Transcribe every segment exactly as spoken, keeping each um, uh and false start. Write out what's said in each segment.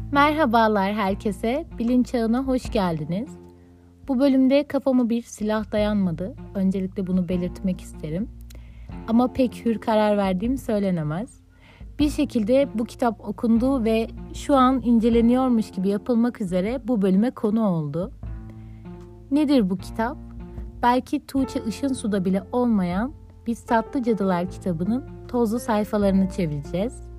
Merhabalar herkese, Bilinç Çağına hoş geldiniz. Bu bölümde kafama bir silah dayanmadı. Öncelikle bunu belirtmek isterim. Ama pek hür karar verdiğim söylenemez. Bir şekilde bu kitap okundu ve şu an inceleniyormuş gibi yapılmak üzere bu bölüme konu oldu. Nedir bu kitap? Belki Tuğçe Işınsu'da bile olmayan Biz Tatlı Cadılar kitabının tozlu sayfalarını çevireceğiz.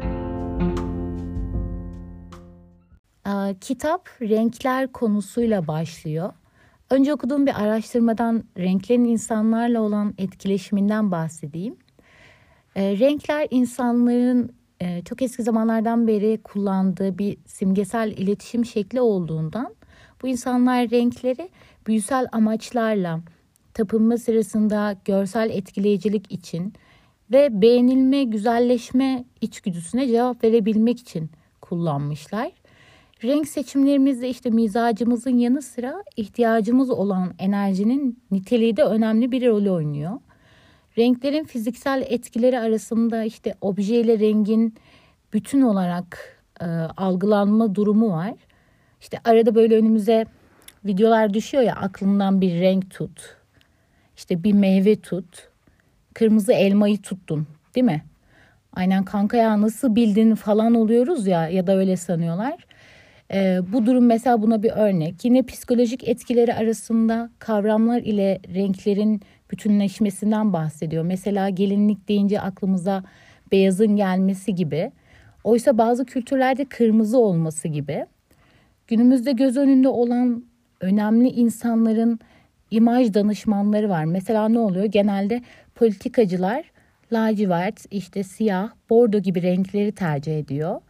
Kitap renkler konusuyla başlıyor. Önce okuduğum bir araştırmadan renklerin insanlarla olan etkileşiminden bahsedeyim. E, renkler insanların e, çok eski zamanlardan beri kullandığı bir simgesel iletişim şekli olduğundan bu insanlar renkleri büyüsel amaçlarla, tapınma sırasında görsel etkileyicilik için ve beğenilme, güzelleşme içgüdüsüne cevap verebilmek için kullanmışlar. Renk seçimlerimizde işte mizacımızın yanı sıra ihtiyacımız olan enerjinin niteliği de önemli bir rol oynuyor. Renklerin fiziksel etkileri arasında işte obje ile rengin bütün olarak e, algılanma durumu var. İşte arada böyle önümüze videolar düşüyor ya, aklından bir renk tut, işte bir meyve tut, kırmızı elmayı tuttun değil mi? Aynen kanka ya nasıl bildin falan oluyoruz ya ya da öyle sanıyorlar. Ee, bu durum mesela buna bir örnek. Yine psikolojik etkileri arasında kavramlar ile renklerin bütünleşmesinden bahsediyor. Mesela gelinlik deyince aklımıza beyazın gelmesi gibi. Oysa bazı kültürlerde kırmızı olması gibi. Günümüzde göz önünde olan önemli insanların imaj danışmanları var. Mesela ne oluyor? Genelde politikacılar lacivert, işte siyah, bordo gibi renkleri tercih ediyor.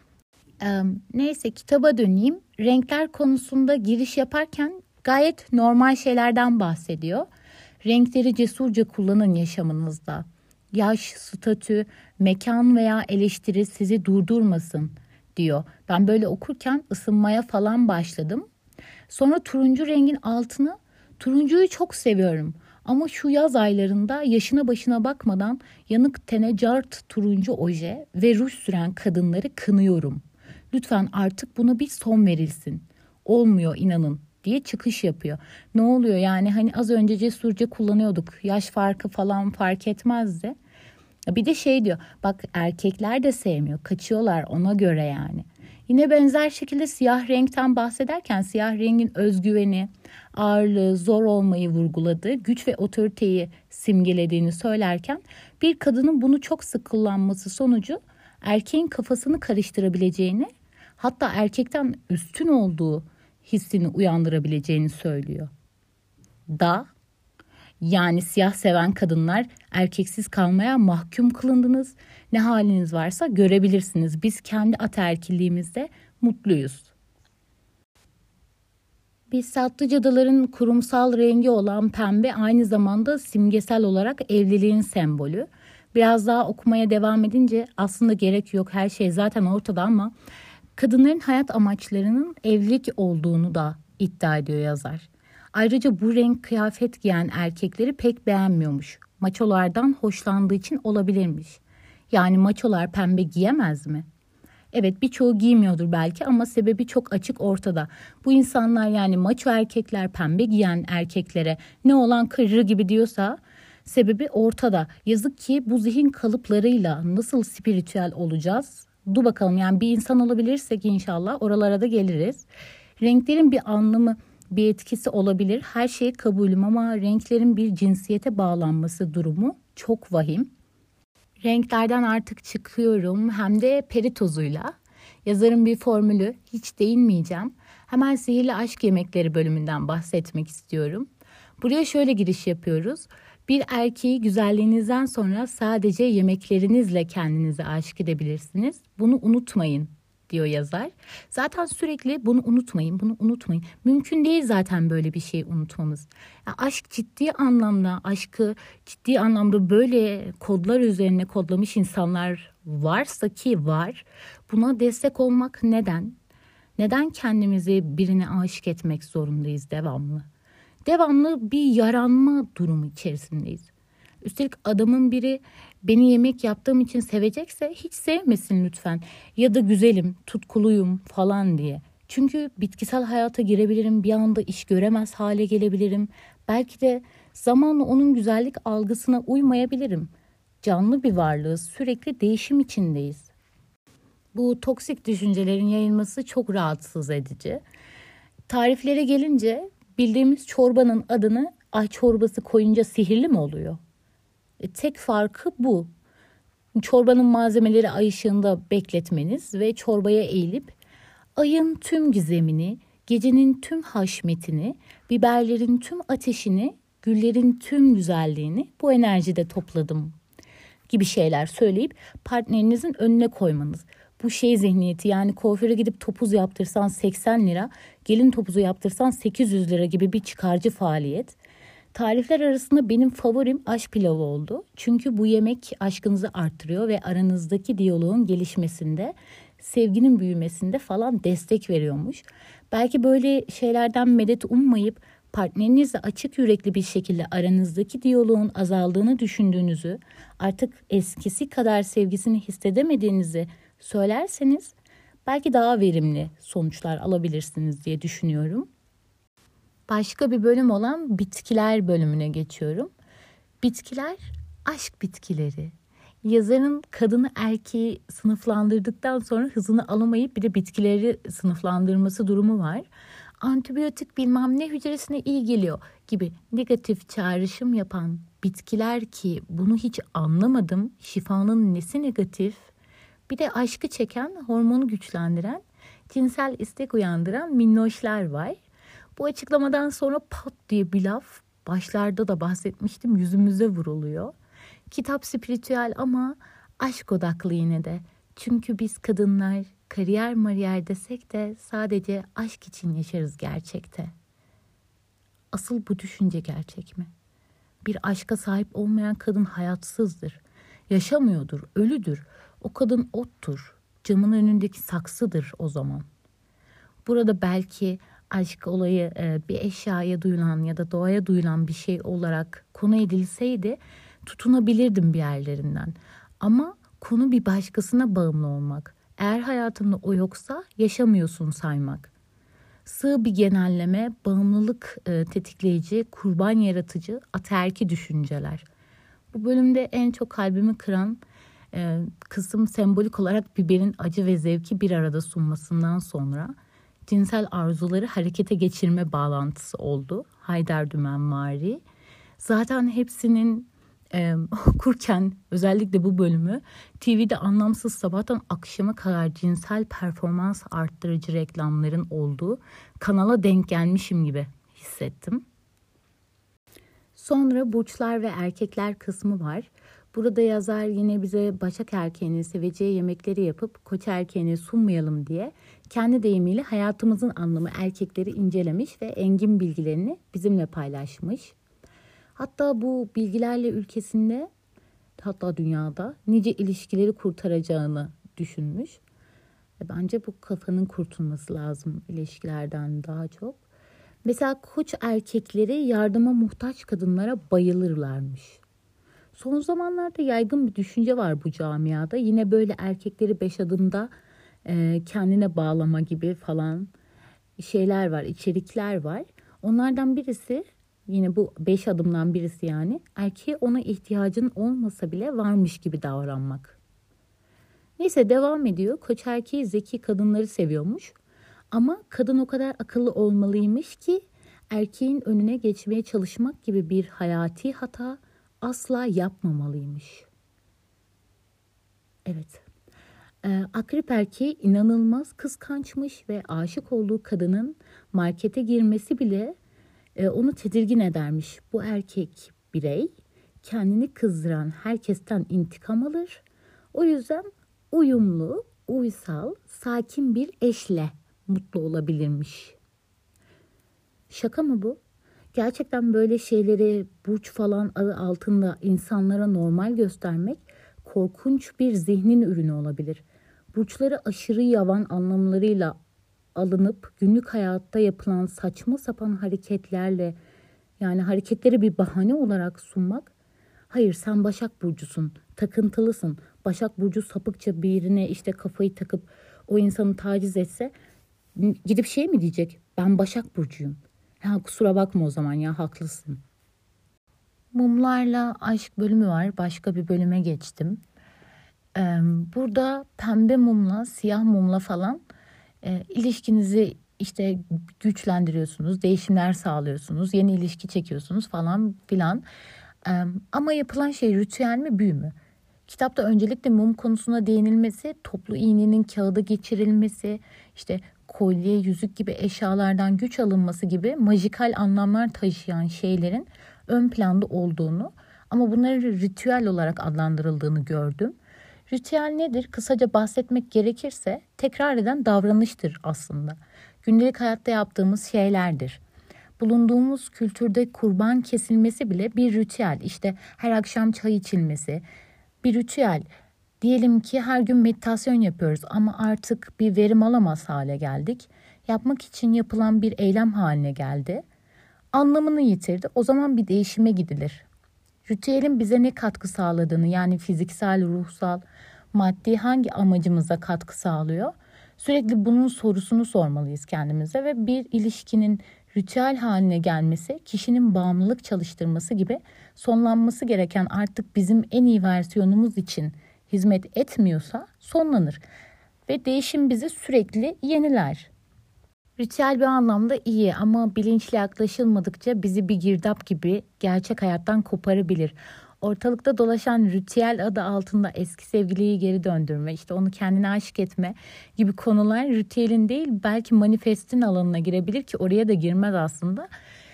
Neyse kitaba döneyim. Renkler konusunda giriş yaparken gayet normal şeylerden bahsediyor. Renkleri cesurca kullanın yaşamınızda. Yaş, statü, mekan veya eleştiri sizi durdurmasın diyor. Ben böyle okurken ısınmaya falan başladım. Sonra turuncu rengin altını, turuncuyu çok seviyorum. Ama şu yaz aylarında yaşına başına bakmadan yanık tene cart turuncu oje ve ruj süren kadınları kınıyorum. Lütfen artık buna bir son verilsin. Olmuyor inanın diye çıkış yapıyor. Ne oluyor yani, hani az önce cesurca kullanıyorduk. Yaş farkı falan fark etmezdi. Bir de şey diyor, bak erkekler de sevmiyor, kaçıyorlar ona göre yani. Yine benzer şekilde siyah renkten bahsederken siyah rengin özgüveni, ağırlığı, zor olmayı vurguladığı, güç ve otoriteyi simgelediğini söylerken bir kadının bunu çok sık kullanması sonucu erkeğin kafasını karıştırabileceğini, hatta erkekten üstün olduğu hissini uyandırabileceğini söylüyor. Da yani siyah seven kadınlar erkeksiz kalmaya mahkum kılındınız. Ne haliniz varsa görebilirsiniz. Biz kendi ataerkilliğimizde mutluyuz. Biz tatlı cadıların kurumsal rengi olan pembe aynı zamanda simgesel olarak evliliğin sembolü. Biraz daha okumaya devam edince aslında gerek yok, her şey zaten ortada, ama kadınların hayat amaçlarının evlilik olduğunu da iddia ediyor yazar. Ayrıca bu renk kıyafet giyen erkekleri pek beğenmiyormuş. Maçolardan hoşlandığı için olabilirmiş. Yani maçolar pembe giyemez mi? Evet, birçoğu giymiyordur belki ama sebebi çok açık ortada. Bu insanlar, yani maço erkekler pembe giyen erkeklere ne olan kırır gibi diyorsa sebebi ortada. Yazık ki bu zihin kalıplarıyla nasıl spiritüel olacağız? Dur bakalım, yani bir insan olabilirsek inşallah oralara da geliriz. Renklerin bir anlamı, bir etkisi olabilir. Her şeyi kabulüm ama renklerin bir cinsiyete bağlanması durumu çok vahim. Renklerden artık çıkıyorum, hem de peri tozuyla. Yazarın bir formülü, hiç değinmeyeceğim. Hemen sihirli aşk yemekleri bölümünden bahsetmek istiyorum. Buraya şöyle giriş yapıyoruz. Bir erkeği güzelliğinizden sonra sadece yemeklerinizle kendinize aşık edebilirsiniz. Bunu unutmayın diyor yazar. Zaten sürekli bunu unutmayın, bunu unutmayın. Mümkün değil zaten böyle bir şey unutmamız. Ya aşk ciddi anlamda, aşkı ciddi anlamda böyle kodlar üzerine kodlamış insanlar varsa ki var. Buna destek olmak neden? Neden kendimizi birine aşık etmek zorundayız devamlı? Devamlı bir yaranma durumu içerisindeyiz. Üstelik adamın biri Beni yemek yaptığım için sevecekse hiç sevmesin lütfen. Ya da güzelim, tutkuluyum falan diye. Çünkü bitkisel hayata girebilirim, bir anda iş göremez hale gelebilirim. Belki de zamanla onun güzellik algısına uymayabilirim. Canlı bir varlığız, sürekli değişim içindeyiz. Bu toksik düşüncelerin yayılması çok rahatsız edici. Tariflere gelince bildiğimiz çorbanın adını ay çorbası koyunca sihirli mi oluyor? E, tek farkı bu. Çorbanın malzemeleri ay ışığında bekletmeniz ve çorbaya eğilip ayın tüm gizemini, gecenin tüm haşmetini, biberlerin tüm ateşini, güllerin tüm güzelliğini bu enerjide topladım gibi şeyler söyleyip partnerinizin önüne koymanız. Bu şey zihniyeti, yani kuaföre gidip topuz yaptırsan seksen lira, gelin topuzu yaptırsan sekiz yüz lira gibi bir çıkarcı faaliyet. Tarifler arasında benim favorim aşk pilavı oldu. Çünkü bu yemek aşkınızı arttırıyor ve aranızdaki diyaloğun gelişmesinde, sevginin büyümesinde falan destek veriyormuş. Belki böyle şeylerden medet ummayıp partnerinizle açık yürekli bir şekilde aranızdaki diyaloğun azaldığını düşündüğünüzü, artık eskisi kadar sevgisini hissedemediğinizi söylerseniz belki daha verimli sonuçlar alabilirsiniz diye düşünüyorum. Başka bir bölüm olan bitkiler bölümüne geçiyorum. Bitkiler aşk bitkileri. Yazarın kadını erkeği sınıflandırdıktan sonra hızını alamayıp bir de bitkileri sınıflandırması durumu var. Antibiyotik bilmem ne hücresine iyi geliyor gibi negatif çağrışım yapan bitkiler ki bunu hiç anlamadım. Şifanın nesi negatif? Bir de aşkı çeken, hormonu güçlendiren, cinsel istek uyandıran minnoşlar var. Bu açıklamadan sonra pat diye bir laf, başlarda da bahsetmiştim, yüzümüze vuruluyor. Kitap spiritüel ama aşk odaklı yine de. Çünkü biz kadınlar kariyer mariyer desek de sadece aşk için yaşarız gerçekte. Asıl bu düşünce gerçek mi? Bir aşka sahip olmayan kadın hayatsızdır. Yaşamıyordur, ölüdür. O kadın ottur. Camın önündeki saksıdır o zaman. Burada belki aşk olayı bir eşyaya duyulan ya da doğaya duyulan bir şey olarak konu edilseydi tutunabilirdim bir yerlerinden. Ama konu bir başkasına bağımlı olmak. Eğer hayatında o yoksa yaşamıyorsun saymak. Sığ bir genelleme, bağımlılık tetikleyici, kurban yaratıcı, ataerki düşünceler. Bu bölümde en çok kalbimi kıran kısım sembolik olarak biberin acı ve zevki bir arada sunmasından sonra cinsel arzuları harekete geçirme bağlantısı oldu. Haydar Dümenvari. Zaten hepsinin e, okurken özellikle bu bölümü T V'de anlamsız sabahtan akşama kadar cinsel performans arttırıcı reklamların olduğu kanala denk gelmişim gibi hissettim. Sonra burçlar ve erkekler kısmı var. Burada yazar yine bize Başak erkeğinin seveceği yemekleri yapıp Koç erkeğine sunmayalım diye kendi deyimiyle hayatımızın anlamı erkekleri incelemiş ve engin bilgilerini bizimle paylaşmış. Hatta bu bilgilerle ülkesinde, hatta dünyada nice ilişkileri kurtaracağını düşünmüş. Bence bu kafanın kurtulması lazım ilişkilerden daha çok. Mesela Koç erkekleri yardıma muhtaç kadınlara bayılırlarmış. Son zamanlarda yaygın bir düşünce var bu camiada. Yine böyle erkekleri beş adımda e, kendine bağlama gibi falan şeyler var, içerikler var. Onlardan birisi, yine bu beş adımdan birisi yani, erkeğe ona ihtiyacın olmasa bile varmış gibi davranmak. Neyse devam ediyor. Koç erkeği zeki kadınları seviyormuş. Ama kadın o kadar akıllı olmalıymış ki erkeğin önüne geçmeye çalışmak gibi bir hayati hata asla yapmamalıymış. Evet. Ee, akrep erkeği inanılmaz kıskançmış ve aşık olduğu kadının markete girmesi bile e, onu tedirgin edermiş. Bu erkek birey kendini kızdıran herkesten intikam alır. O yüzden uyumlu, uysal, sakin bir eşle mutlu olabilirmiş. Şaka mı bu? Gerçekten böyle şeyleri burç falan adı altında insanlara normal göstermek korkunç bir zihnin ürünü olabilir. Burçları aşırı yavan anlamlarıyla alınıp günlük hayatta yapılan saçma sapan hareketlerle, yani hareketleri bir bahane olarak sunmak, hayır sen Başak Burcusun, takıntılısın. Başak Burcu sapıkça birine işte kafayı takıp o insanı taciz etse gidip şey mi diyecek? Ben Başak Burcuyum. Ha, kusura bakma o zaman ya, haklısın. Mumlarla aşk bölümü var. Başka bir bölüme geçtim. Ee, burada pembe mumla, siyah mumla falan e, ilişkinizi işte güçlendiriyorsunuz, değişimler sağlıyorsunuz, yeni ilişki çekiyorsunuz falan filan. Ee, ama yapılan şey ritüel mi, büyü mü? Kitapta öncelikle mum konusuna değinilmesi, toplu iğnenin kağıda geçirilmesi, işte kolye, yüzük gibi eşyalardan güç alınması gibi majikal anlamlar taşıyan şeylerin ön planda olduğunu ama bunların ritüel olarak adlandırıldığını gördüm. Ritüel nedir? Kısaca bahsetmek gerekirse tekrar eden davranıştır aslında. Gündelik hayatta yaptığımız şeylerdir. Bulunduğumuz kültürde kurban kesilmesi bile bir ritüel. İşte her akşam çay içilmesi bir ritüel. Diyelim ki her gün meditasyon yapıyoruz ama artık bir verim alamaz hale geldik. Yapmak için yapılan bir eylem haline geldi. Anlamını yitirdi. O zaman bir değişime gidilir. Ritüelin bize ne katkı sağladığını, yani fiziksel, ruhsal, maddi hangi amacımıza katkı sağlıyor? Sürekli bunun sorusunu sormalıyız kendimize ve bir ilişkinin ritüel haline gelmesi, kişinin bağımlılık çalıştırması gibi sonlanması gereken, artık bizim en iyi versiyonumuz için hizmet etmiyorsa sonlanır ve değişim bizi sürekli yeniler. Ritüel bir anlamda iyi ama bilinçli yaklaşılmadıkça bizi bir girdap gibi gerçek hayattan koparabilir. Ortalıkta dolaşan ritüel adı altında eski sevgiliyi geri döndürme, işte onu kendine aşık etme gibi konular ritüelin değil belki manifestin alanına girebilir ki oraya da girmez aslında.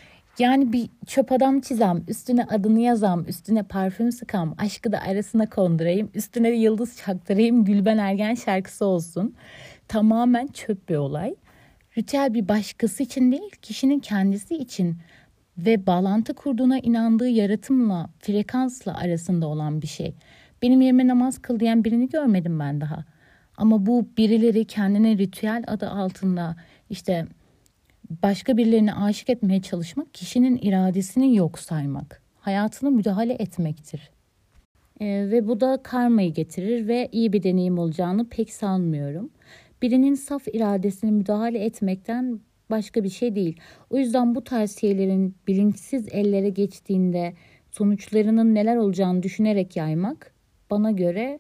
Yani bir çöp adam çizem, üstüne adını yazam, üstüne parfüm sıkam, aşkı da arasına kondurayım, üstüne de yıldız çaktırayım, Gülben Ergen şarkısı olsun. Tamamen çöp bir olay. Ritüel bir başkası için değil, kişinin kendisi için ve bağlantı kurduğuna inandığı yaratımla, frekansla arasında olan bir şey. Benim yerime namaz kıl diyen birini görmedim ben daha. Ama bu birileri kendine ritüel adı altında işte başka birilerine aşık etmeye çalışmak, kişinin iradesini yok saymak, hayatına müdahale etmektir. Ee, ve bu da karmayı getirir ve iyi bir deneyim olacağını pek sanmıyorum. Birinin saf iradesine müdahale etmekten başka bir şey değil. O yüzden bu tarz şeylerin bilinçsiz ellere geçtiğinde sonuçlarının neler olacağını düşünerek yaymak, bana göre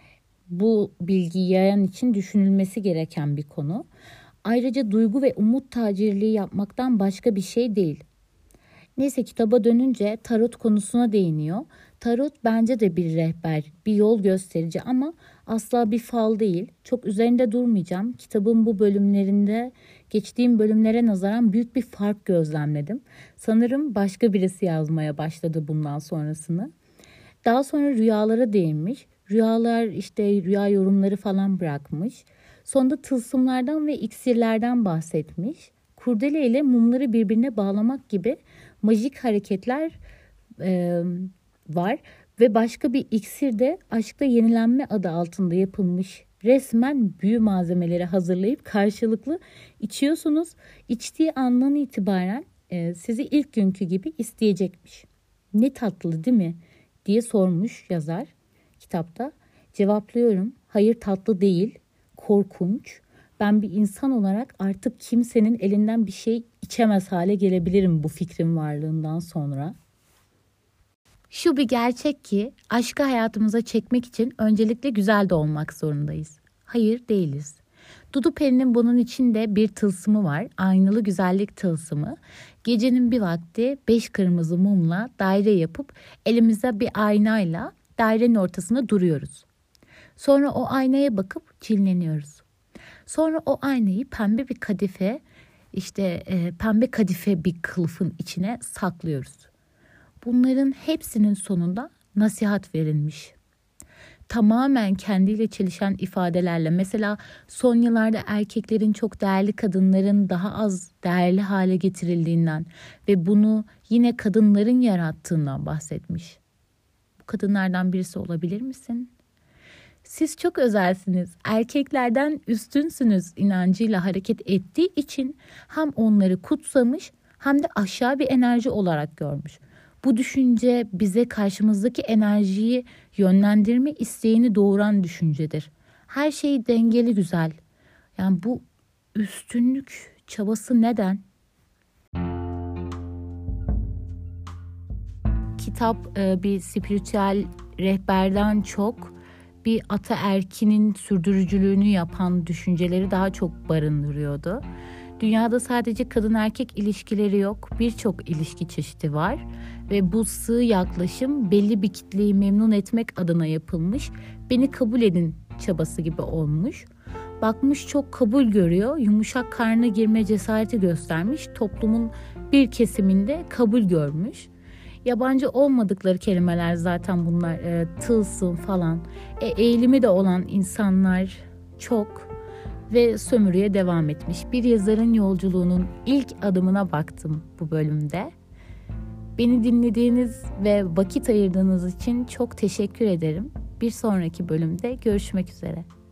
bu bilgiyi yayan için düşünülmesi gereken bir konu. Ayrıca duygu ve umut tacirliği yapmaktan başka bir şey değil. Neyse, kitaba dönünce tarot konusuna değiniyor. Tarot bence de bir rehber, bir yol gösterici ama asla bir fal değil. Çok üzerinde durmayacağım. Kitabın bu bölümlerinde geçtiğim bölümlere nazaran büyük bir fark gözlemledim. Sanırım başka birisi yazmaya başladı bundan sonrasını. Daha sonra rüyalara değinmiş. Rüyalar işte rüya yorumları falan bırakmış. Sonunda tılsımlardan ve iksirlerden bahsetmiş. Kurdele ile mumları birbirine bağlamak gibi majik hareketler e, var. Ve başka bir iksir de aşkta yenilenme adı altında yapılmış. Resmen büyü malzemeleri hazırlayıp karşılıklı içiyorsunuz. İçtiği andan itibaren e, sizi ilk günkü gibi isteyecekmiş. Ne tatlı değil mi diye sormuş yazar kitapta. Cevaplıyorum. Hayır, tatlı değil. Korkunç. Ben bir insan olarak artık kimsenin elinden bir şey içemez hale gelebilirim bu fikrin varlığından sonra. Şu bir gerçek ki aşkı hayatımıza çekmek için öncelikle güzel de olmak zorundayız. Hayır, değiliz. Dudu Peri'nin bunun içinde bir tılsımı var. Aynalı güzellik tılsımı. Gecenin bir vakti beş kırmızı mumla daire yapıp elimize bir aynayla dairenin ortasında duruyoruz. Sonra o aynaya bakıp cinleniyoruz. Sonra o aynayı pembe bir kadife, işte e, pembe kadife bir kılıfın içine saklıyoruz. Bunların hepsinin sonunda nasihat verilmiş. Tamamen kendiyle çelişen ifadelerle, mesela son yıllarda erkeklerin çok değerli kadınların daha az değerli hale getirildiğinden ve bunu yine kadınların yarattığından bahsetmiş. Bu kadınlardan birisi olabilir misin? Siz çok özelsiniz, erkeklerden üstünsünüz inancıyla hareket ettiği için hem onları kutsamış hem de aşağı bir enerji olarak görmüş. Bu düşünce bize karşımızdaki enerjiyi yönlendirme isteğini doğuran düşüncedir. Her şey dengeli, güzel. Yani bu üstünlük çabası neden? Kitap e, bir spiritüel rehberden çok bir ataerkinin sürdürücülüğünü yapan düşünceleri daha çok barındırıyordu. Dünyada sadece kadın erkek ilişkileri yok, birçok ilişki çeşidi var ve bu sığ yaklaşım belli bir kitleyi memnun etmek adına yapılmış, beni kabul edin çabası gibi olmuş. Bakmış çok kabul görüyor, yumuşak karnına girme cesareti göstermiş, toplumun bir kesiminde kabul görmüş. Yabancı olmadıkları kelimeler zaten bunlar, e, tılsım falan. E, eğilimi de olan insanlar çok ve sömürüye devam etmiş. Bir yazarın yolculuğunun ilk adımına baktım bu bölümde. Beni dinlediğiniz ve vakit ayırdığınız için çok teşekkür ederim. Bir sonraki bölümde görüşmek üzere.